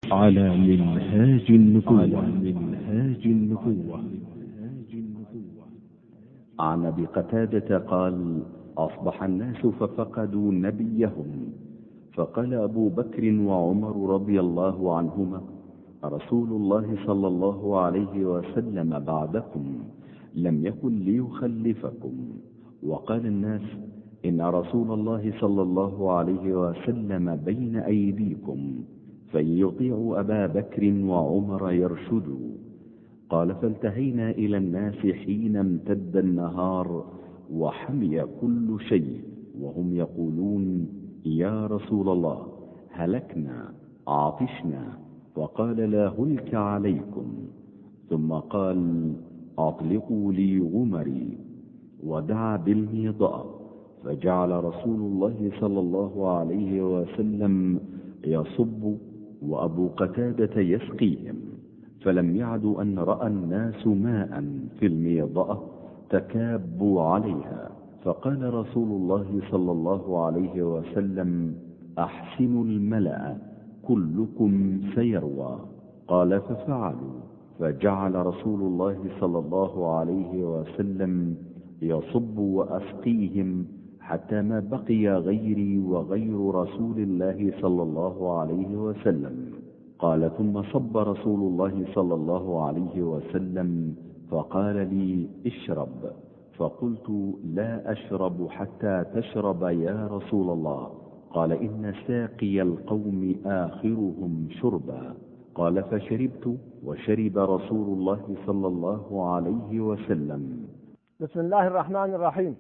على منهاج النبوة. عن أبي قتادة قال: أصبح الناس ففقدوا نبيهم، فقال أبو بكر وعمر رضي الله عنهما: رسول الله صلى الله عليه وسلم بعدكم لم يكن ليخلفكم. وقال الناس: إن رسول الله صلى الله عليه وسلم بين أيديكم، فإن يطيعوا أبا بكر وعمر يرشدوا. قال: فالتهينا إلى الناس حين امتد النهار وحمي كل شيء، وهم يقولون: يا رسول الله، هلكنا عطشنا. فقال: لا هلك عليكم. ثم قال: أطلقوا لي غمري، ودعا بالميضاء، فجعل رسول الله صلى الله عليه وسلم يصب وأبو قتادة يسقيهم، فلم يعد أن رأى الناس ماء في الميضأة تكابوا عليها. فقال رسول الله صلى الله عليه وسلم: أحسنوا الملأ، كلكم سيروى. قال: ففعلوا، فجعل رسول الله صلى الله عليه وسلم يصب وأسقيهم، حتى ما بقي غيري وغير رسول الله صلى الله عليه وسلم. قال: ثم صب رسول الله صلى الله عليه وسلم، فقال لي: اشرب. فقلت: لا أشرب حتى تشرب يا رسول الله. قال: إن ساقي القوم آخرهم شربا. قال: فشربت، وشرب رسول الله صلى الله عليه وسلم. بسم الله الرحمن الرحيم.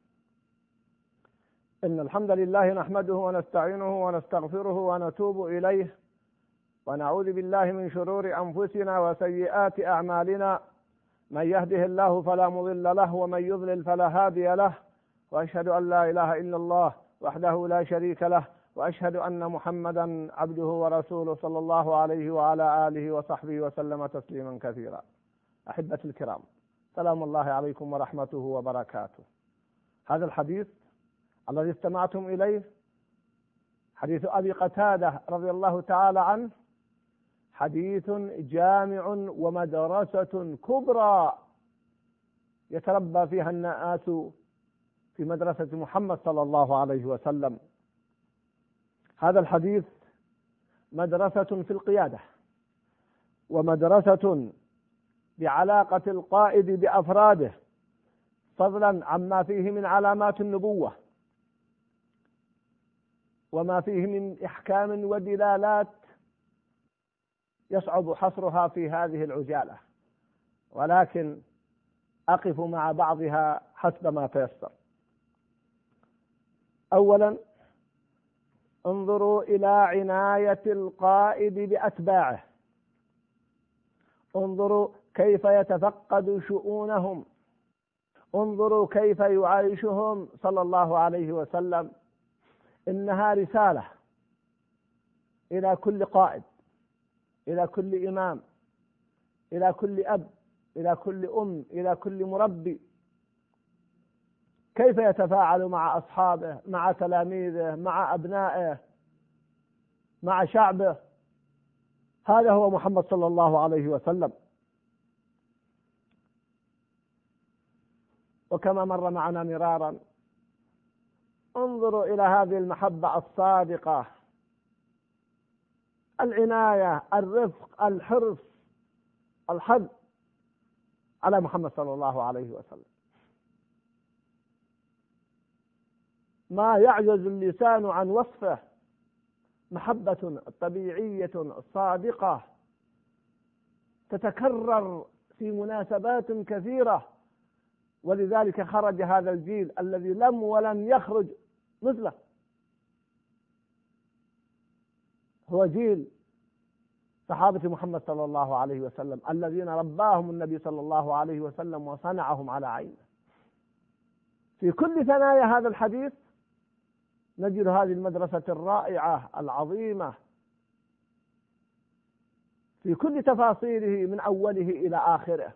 إن الحمد لله نحمده ونستعينه ونستغفره ونتوب إليه، ونعوذ بالله من شرور أنفسنا وسيئات أعمالنا. من يهده الله فلا مضل له، ومن يضلل فلا هادي له. وأشهد أن لا إله إلا الله وحده لا شريك له، وأشهد أن محمدا عبده ورسوله صلى الله عليه وعلى آله وصحبه وسلم تسليما كثيرا. أحبتي الكرام، سلام الله عليكم ورحمته وبركاته. هذا الحديث الذي استمعتم إليه حديث أبي قتادة رضي الله تعالى عنه، حديث جامع ومدرسة كبرى يتربى فيها الناس في مدرسة محمد صلى الله عليه وسلم. هذا الحديث مدرسة في القيادة، ومدرسة بعلاقة القائد بأفراده، فضلا عما فيه من علامات النبوة وما فيه من إحكام ودلالات يصعب حصرها في هذه العجالة، ولكن أقف مع بعضها حسب ما تيسر. أولا، انظروا إلى عناية القائد بأتباعه، انظروا كيف يتفقد شؤونهم، انظروا كيف يعايشهم صلى الله عليه وسلم. إنها رسالة إلى كل قائد، إلى كل إمام، إلى كل أب، إلى كل أم، إلى كل مربي، كيف يتفاعل مع أصحابه، مع تلاميذه، مع أبنائه، مع شعبه. هذا هو محمد صلى الله عليه وسلم. وكما مر معنا مرارا، انظروا إلى هذه المحبة الصادقة، العناية، الرفق، الحرص، الحب على محمد صلى الله عليه وسلم. ما يعجز اللسان عن وصفه، محبة طبيعية صادقة تتكرر في مناسبات كثيرة، ولذلك خرج هذا الجيل الذي لم ولن يخرج مثله. هو جيل صحابة محمد صلى الله عليه وسلم الذين رباهم النبي صلى الله عليه وسلم وصنعهم على عينه. في كل ثنايا هذا الحديث نجد هذه المدرسة الرائعة العظيمة في كل تفاصيله من أوله إلى آخره.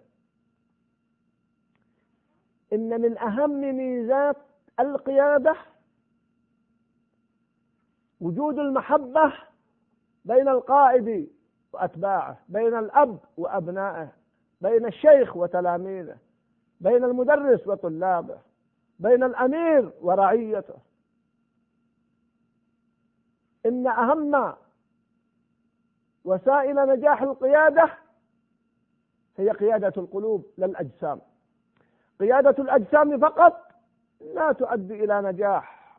إن من أهم ميزات القيادة وجود المحبة بين القائد وأتباعه، بين الأب وأبنائه، بين الشيخ وتلاميذه، بين المدرس وطلابه، بين الأمير ورعيته. إن أهم وسائل نجاح القيادة هي قيادة القلوب لا الأجسام. قيادة الأجسام فقط لا تؤدي إلى نجاح،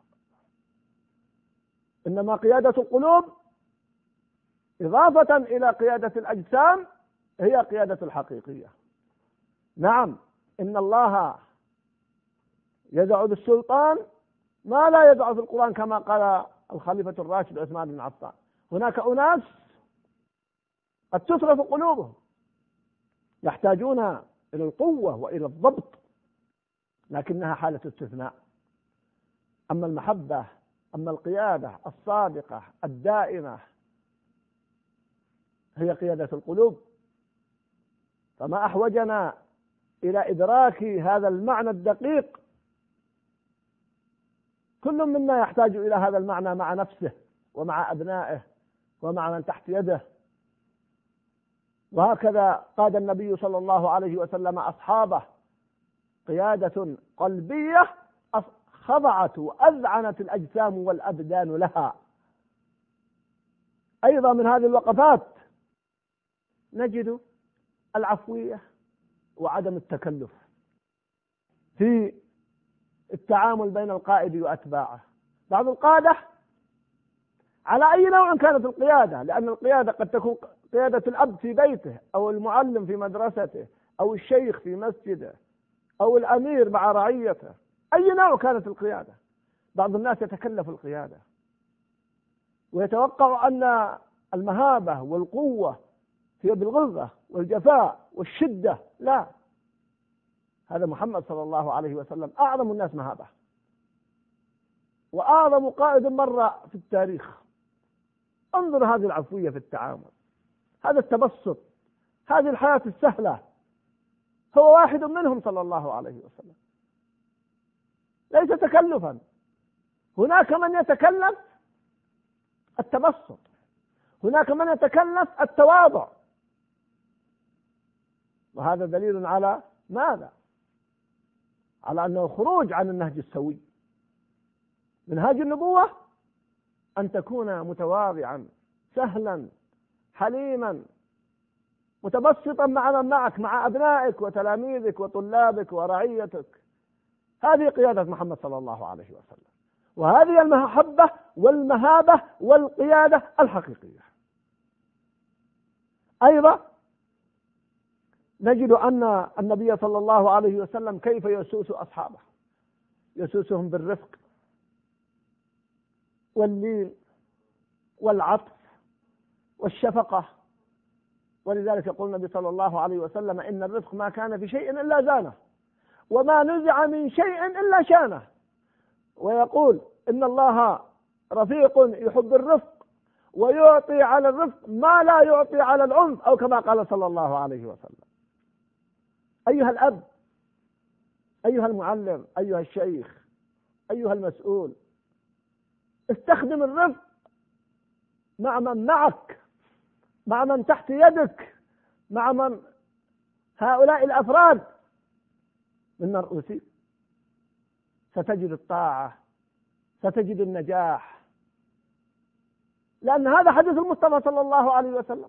إنما قيادة القلوب إضافة إلى قيادة الأجسام هي قيادة الحقيقية. نعم، إن الله يدع بالسلطان ما لا يدع في القرآن، كما قال الخليفة الراشد عثمان بن عفان. هناك أناس قد تترف قلوبهم، يحتاجون إلى القوة وإلى الضبط، لكنها حالة استثناء. أما المحبة، أما القيادة الصادقة الدائمة هي قيادة القلوب. فما أحوجنا إلى إدراك هذا المعنى الدقيق. كل منا يحتاج إلى هذا المعنى مع نفسه ومع أبنائه ومع من تحت يده. وهكذا قاد النبي صلى الله عليه وسلم أصحابه قيادة قلبية خضعت وأذعنت الأجسام والأبدان لها. أيضا من هذه الوقفات نجد العفوية وعدم التكلف في التعامل بين القائد وأتباعه. بعض القادة على أي نوع كانت القيادة، لأن القيادة قد تكون قيادة الأب في بيته، أو المعلم في مدرسته، أو الشيخ في مسجده، أو الأمير مع رعيته، أي نوع كانت القيادة. بعض الناس يتكلف القيادة ويتوقع أن المهابة والقوة هي بالغلظة والجفاء والشدة. لا، هذا محمد صلى الله عليه وسلم أعظم الناس مهابة، وأعظم قائد مر في التاريخ. انظر هذه العفوية في التعامل، هذا التبسط، هذه الحياة السهلة. هو واحد منهم صلى الله عليه وسلم، ليس تكلفا. هناك من يتكلف التبسط، هناك من يتكلف التواضع. وهذا دليل على ماذا؟ على أنه خروج عن النهج السوي. منهاج النبوة أن تكون متواضعا سهلا حليما متبسطا مع من معك، مع أبنائك وتلاميذك وطلابك ورعيتك. هذه قيادة محمد صلى الله عليه وسلم، وهذه المحبة والمهابة والقيادة الحقيقية. أيضا نجد أن النبي صلى الله عليه وسلم كيف يسوس أصحابه، يسوسهم بالرفق واللين والعطف والشفقة. ولذلك يقول النبي صلى الله عليه وسلم: إن الرفق ما كان في شيء إلا زانه، وما نزع من شيء إلا شانه. ويقول: إن الله رفيق يحب الرفق ويعطي على الرفق ما لا يعطي على العنف، أو كما قال صلى الله عليه وسلم. أيها الأب، أيها المعلم، أيها الشيخ، أيها المسؤول، استخدم الرفق مع من معك، مع من تحت يدك، مع من هؤلاء الأفراد من مرؤوسين. ستجد الطاعة، ستجد النجاح، لأن هذا حديث المصطفى صلى الله عليه وسلم: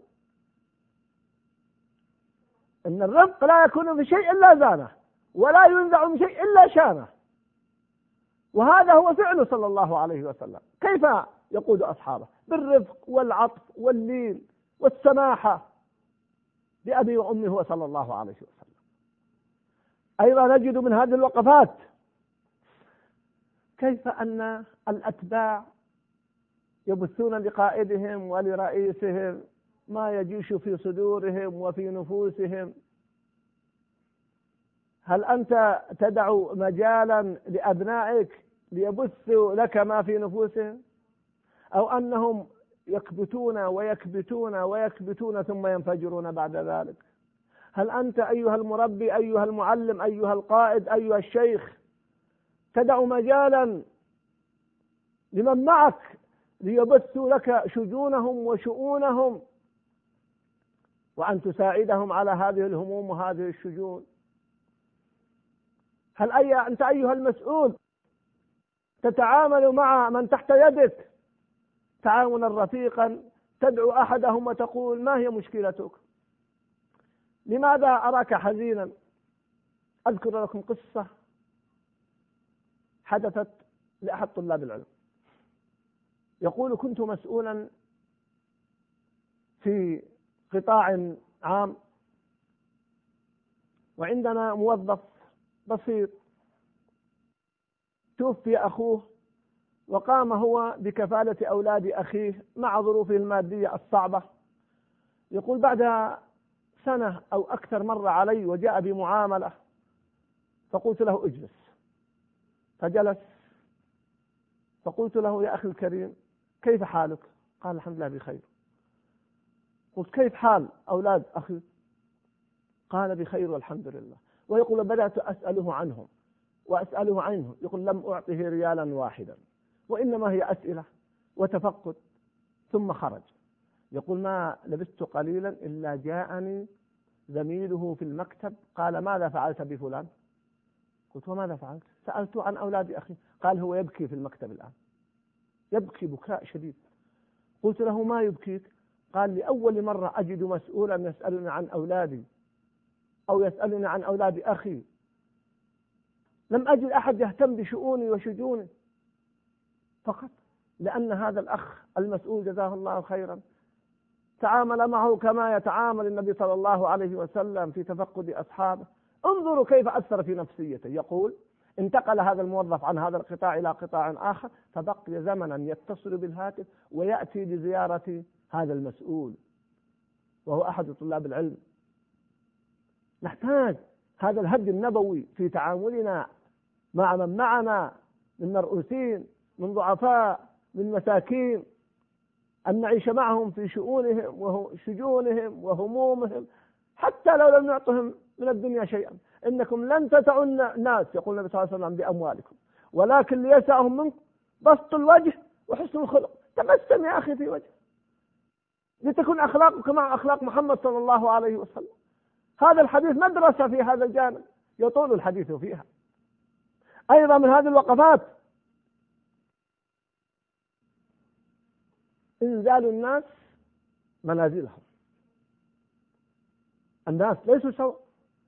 إن الرفق لا يكون في شيء إلا زانه، ولا ينزع من شيء إلا شانه. وهذا هو فعله صلى الله عليه وسلم. كيف يقود أصحابه؟ بالرفق والعطف واللين والسماحة بأبي وأمي هو صلى الله عليه وسلم. أيضا نجد من هذه الوقفات كيف أن الأتباع يبثون لقائدهم ولرئيسهم ما يجيش في صدورهم وفي نفوسهم. هل أنت تدع مجالا لأبنائك ليبثوا لك ما في نفوسهم، أو أنهم يكبتون ويكبتون ويكبتون ثم ينفجرون بعد ذلك؟ هل أنت أيها المربي، أيها المعلم، أيها القائد، أيها الشيخ تدع مجالا لمن معك ليبثوا لك شجونهم وشؤونهم وأن تساعدهم على هذه الهموم وهذه الشجون. هل أنت أيها المسؤول تتعامل مع من تحت يدك تعاملا رفيقا، تدعو أحدهم وتقول ما هي مشكلتك؟ لماذا أراك حزينا؟ أذكر لكم قصة حدثت لأحد طلاب العلم. يقول كنت مسؤولا في قطاع عام، وعندنا موظف بسيط توفي أخوه، وقام هو بكفالة أولاد أخيه مع ظروفه المادية الصعبة. يقول بعد سنة أو أكثر مر علي وجاء بمعاملة، فقلت له اجلس، فجلس، فقلت له يا أخي الكريم كيف حالك؟ قال الحمد لله بخير. قلت كيف حال أولاد أخي؟ قال بخير والحمد لله. ويقول بدأت أسأله عنهم وأسأله عنه، يقول لم أعطه ريالا واحدا، وإنما هي أسئلة وتفقد. ثم خرج. يقول ما لبثت قليلا إلا جاءني زميله في المكتب قال ماذا فعلت بفلان؟ قلت وماذا فعلت؟ سألته عن أولاد أخي. قال هو يبكي في المكتب الآن، يبكي بكاء شديد. قلت له ما يبكيك؟ قال لأول مرة أجد مسؤولا يسألني عن أولادي أو يسألني عن أولاد أخي، لم أجد أحد يهتم بشؤوني وشجوني، فقط لأن هذا الأخ المسؤول جزاه الله خيرا تعامل معه كما يتعامل النبي صلى الله عليه وسلم في تفقد أصحابه. انظروا كيف أثر في نفسيته. يقول انتقل هذا الموظف عن هذا القطاع إلى قطاع آخر، فبقي زمنا يتصل بالهاتف ويأتي لزيارة هذا المسؤول وهو أحد طلاب العلم. نحتاج هذا الهدي النبوي في تعاملنا مع من معنا من مرؤوسين، من ضعفاء، من مساكين، أن نعيش معهم في شؤونهم وشجونهم وهمومهم، حتى لو لم نعطهم من الدنيا شيئا. إنكم لن تسعوا الناس، يقول النبي صلى الله عليه وسلم، بأموالكم، ولكن ليسعهم منكم بسط الوجه وحسن الخلق. تبسم يا أخي في وجه، لتكون أخلاقك مع أخلاق محمد صلى الله عليه وسلم. هذا الحديث مدرسة في هذا الجانب يطول الحديث فيها. أيضا من هذه الوقفات إنزال الناس منازلهم. الناس ليسوا سواء،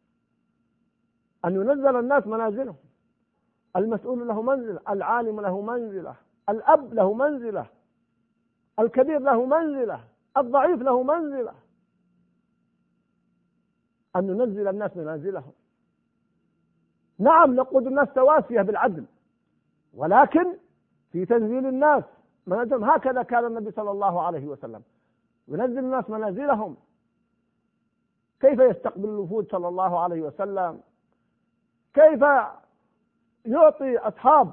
أن ينزل الناس منازلهم. المسؤول له منزلة، العالم له منزلة، الأب له منزلة، الكبير له منزلة، الضعيف له منزلة. أن ننزل الناس منازلهم. نعم نقود الناس تواسية بالعدل، ولكن في تنزيل الناس منازلهم. هكذا كان النبي صلى الله عليه وسلم ينزل الناس منازلهم. كيف يستقبل الوفود صلى الله عليه وسلم؟ كيف يعطي أصحاب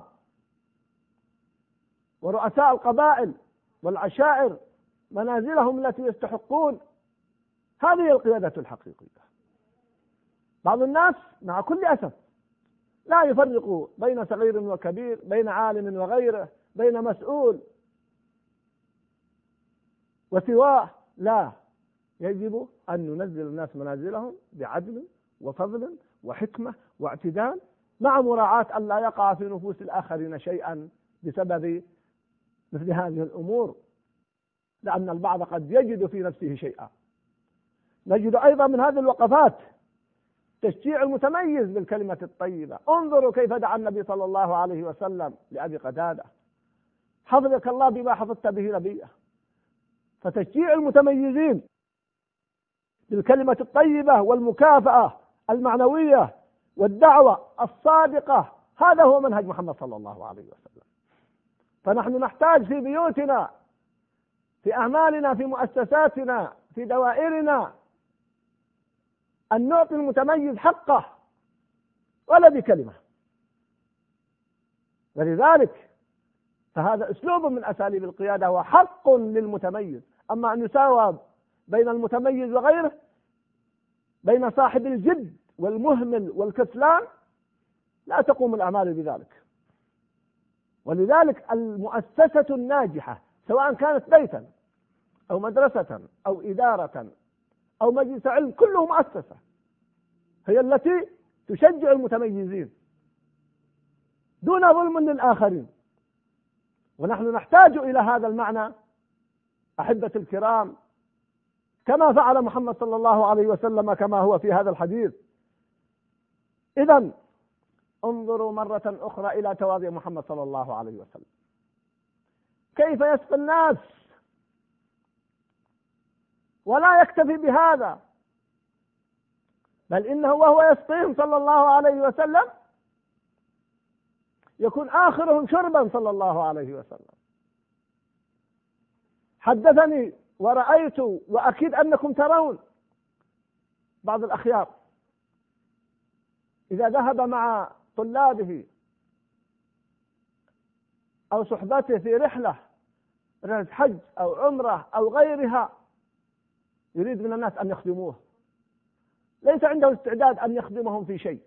ورؤساء القبائل والعشائر منازلهم التي يستحقون؟ هذه القيادة الحقيقية. بعض الناس مع كل أسف لا يفرق بين صغير وكبير، بين عالم وغيره، بين مسؤول وسواه. لا، يجب أن ننزل الناس منازلهم بعدل وفضل وحكمة واعتدال، مع مراعاة أن لا يقع في نفوس الآخرين شيئا بسبب مثل هذه الأمور، لأن البعض قد يجد في نفسه شيئا. نجد أيضا من هذه الوقفات تشجيع المتميز بالكلمة الطيبة. انظروا كيف دعا النبي صلى الله عليه وسلم لأبي قتادة: حفظك الله بما حفظت به نبيه. فتشجيع المتميزين بالكلمة الطيبة والمكافأة المعنوية والدعوة الصادقة، هذا هو منهج محمد صلى الله عليه وسلم. فنحن نحتاج في بيوتنا، في أعمالنا، في مؤسساتنا، في دوائرنا، أن نعطي المتميز حقه ولا بكلمة. ولذلك فهذا أسلوب من أساليب القيادة وحق للمتميز. أما أن يساوى بين المتميز وغيره، بين صاحب الجد والمهمل والكسلان، لا تقوم الأعمال بذلك. ولذلك المؤسسة الناجحة، سواء كانت بيتا أو مدرسة أو إدارة أو مجلس علم، كله مؤسسة هي التي تشجع المتميزين دون ظلم للآخرين. ونحن نحتاج إلى هذا المعنى أحبة الكرام، كما فعل محمد صلى الله عليه وسلم كما هو في هذا الحديث. إذن انظروا مرة أخرى إلى تواضع محمد صلى الله عليه وسلم، كيف يسقي الناس، ولا يكتفي بهذا، بل إنه وهو يسقيهم صلى الله عليه وسلم يكون آخرهم شربا صلى الله عليه وسلم. حدثني ورأيت وأكيد أنكم ترون بعض الأخيار إذا ذهب مع طلابه أو صحبته في رحلة حج أو عمرة أو غيرها، يريد من الناس أن يخدموه، ليس عنده استعداد أن يخدمهم في شيء،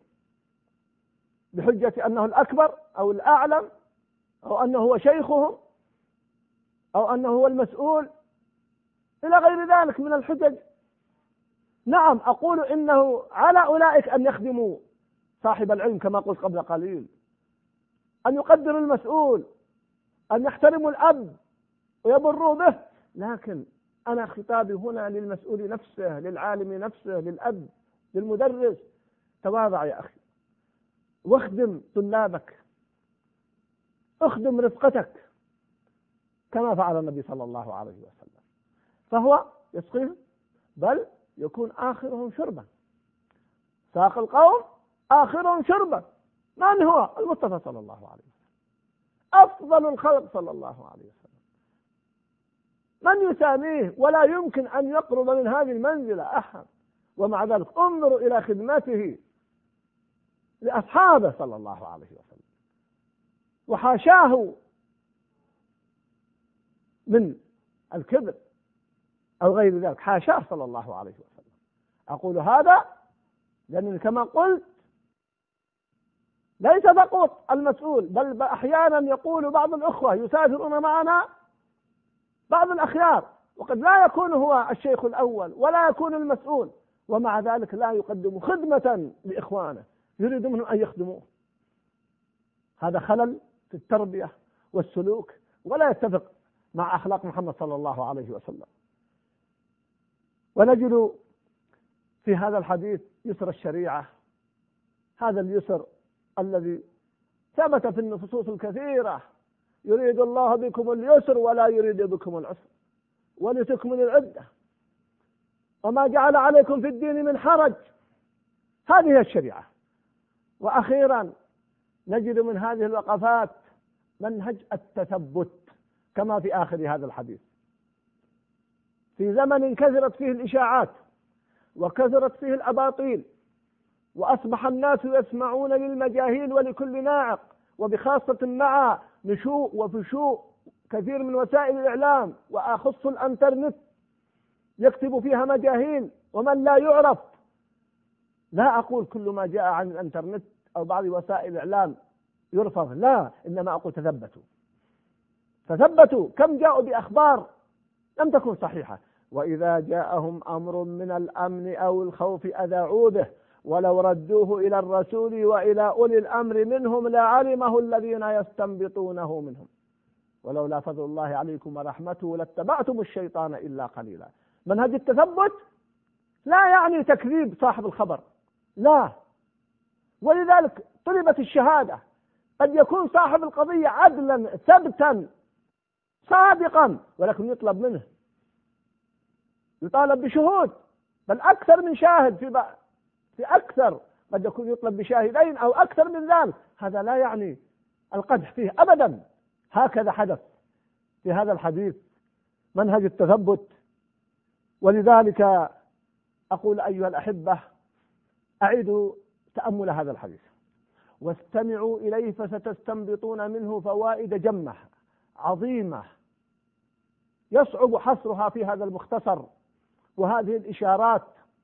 بحجة أنه الأكبر أو الأعلم أو أنه هو شيخهم أو أنه هو المسؤول إلى غير ذلك من الحجج. نعم، أقول إنه على أولئك أن يخدموا صاحب العلم كما قلت قبل قليل، أن يقدروا المسؤول، أن يحترموا الأب ويبروا به، لكن أنا خطابي هنا للمسؤول نفسه، للعالم نفسه، للأب، للمدرس. تواضع يا أخي، واخدم طلابك، اخدم رفقتك كما فعل النبي صلى الله عليه وسلم، فهو يسقيهم بل يكون آخرهم شربا. ساق القوم آخرهم شربا. من هو؟ المصطفى صلى الله عليه وسلم، أفضل الخلق صلى الله عليه وسلم، من يساميه؟ ولا يمكن أن يقرب من هذه المنزلة أحد. ومع ذلك انظروا إلى خدمته لأصحابه صلى الله عليه وسلم، وحاشاه من الكبر أو غير ذلك، حاشاه صلى الله عليه وسلم. أقول هذا لأنني كما قلت ليس فقط المسؤول، بل أحيانا يقول بعض الأخوة يسافرون معنا بعض الأخيار وقد لا يكون هو الشيخ الأول ولا يكون المسؤول، ومع ذلك لا يقدم خدمة لإخوانه، يريد منهم أن يخدموه. هذا خلل في التربية والسلوك، ولا يتفق مع أخلاق محمد صلى الله عليه وسلم. ونجد في هذا الحديث يسر الشريعة، هذا اليسر الذي ثبت في النصوص الكثيرة: يريد الله بكم اليسر ولا يريد بكم العسر ولتكملوا العدة وما جعل عليكم في الدين من حرج. هذه الشريعة. وأخيرا نجد من هذه الوقفات منهج التثبت كما في آخر هذا الحديث. في زمن كثرت فيه الإشاعات وكثرت فيه الأباطيل، وأصبح الناس يسمعون للمجاهيل ولكل ناعق، وبخاصة مع نشوء وفشوء كثير من وسائل الإعلام، وأخص الأنترنت يكتب فيها مجاهيل ومن لا يعرف. لا أقول كل ما جاء عن الأنترنت أو بعض وسائل الإعلام يرفض، لا، إنما أقول تثبتوا. كم جاءوا بأخبار لم تكن صحيحة. وإذا جاءهم أمر من الأمن أو الخوف أذاعوا به ولو ردوه إلى الرسول وإلى أولي الأمر منهم لعلمه الذين يستنبطونه منهم ولولا فضل الله عليكم ورحمته لاتبعتم الشيطان إلا قليلا. منهج التثبت لا يعني تكذيب صاحب الخبر، لا، ولذلك طلبت الشهادة. قد يكون صاحب القضية عدلا ثبتا صادقا، ولكن يطلب منه، يطالب بشهود، بل أكثر من شاهد، في أكثر، قد يكون يطلب بشاهدين أو أكثر من ذلك. هذا لا يعني القدح فيه أبدا. هكذا حدث في هذا الحديث، منهج التثبت. ولذلك أقول أيها الأحبة، أعيدوا تأمل هذا الحديث واستمعوا إليه فستستنبطون منه فوائد جمة عظيمة يصعب حصرها في هذا المختصر. وهذه الإشارات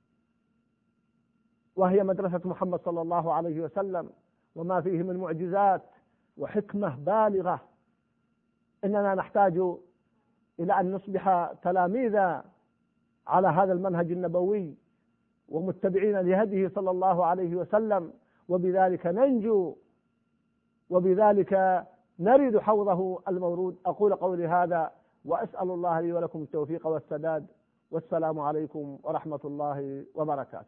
وهي مدرسة محمد صلى الله عليه وسلم وما فيه من معجزات وحكمة بالغة. إننا نحتاج إلى أن نصبح تلاميذ على هذا المنهج النبوي ومتبعين لهديه صلى الله عليه وسلم، وبذلك ننجو وبذلك نرد حوضه المورود. أقول قولي هذا وأسأل الله لي ولكم التوفيق والسداد، والسلام عليكم ورحمة الله وبركاته.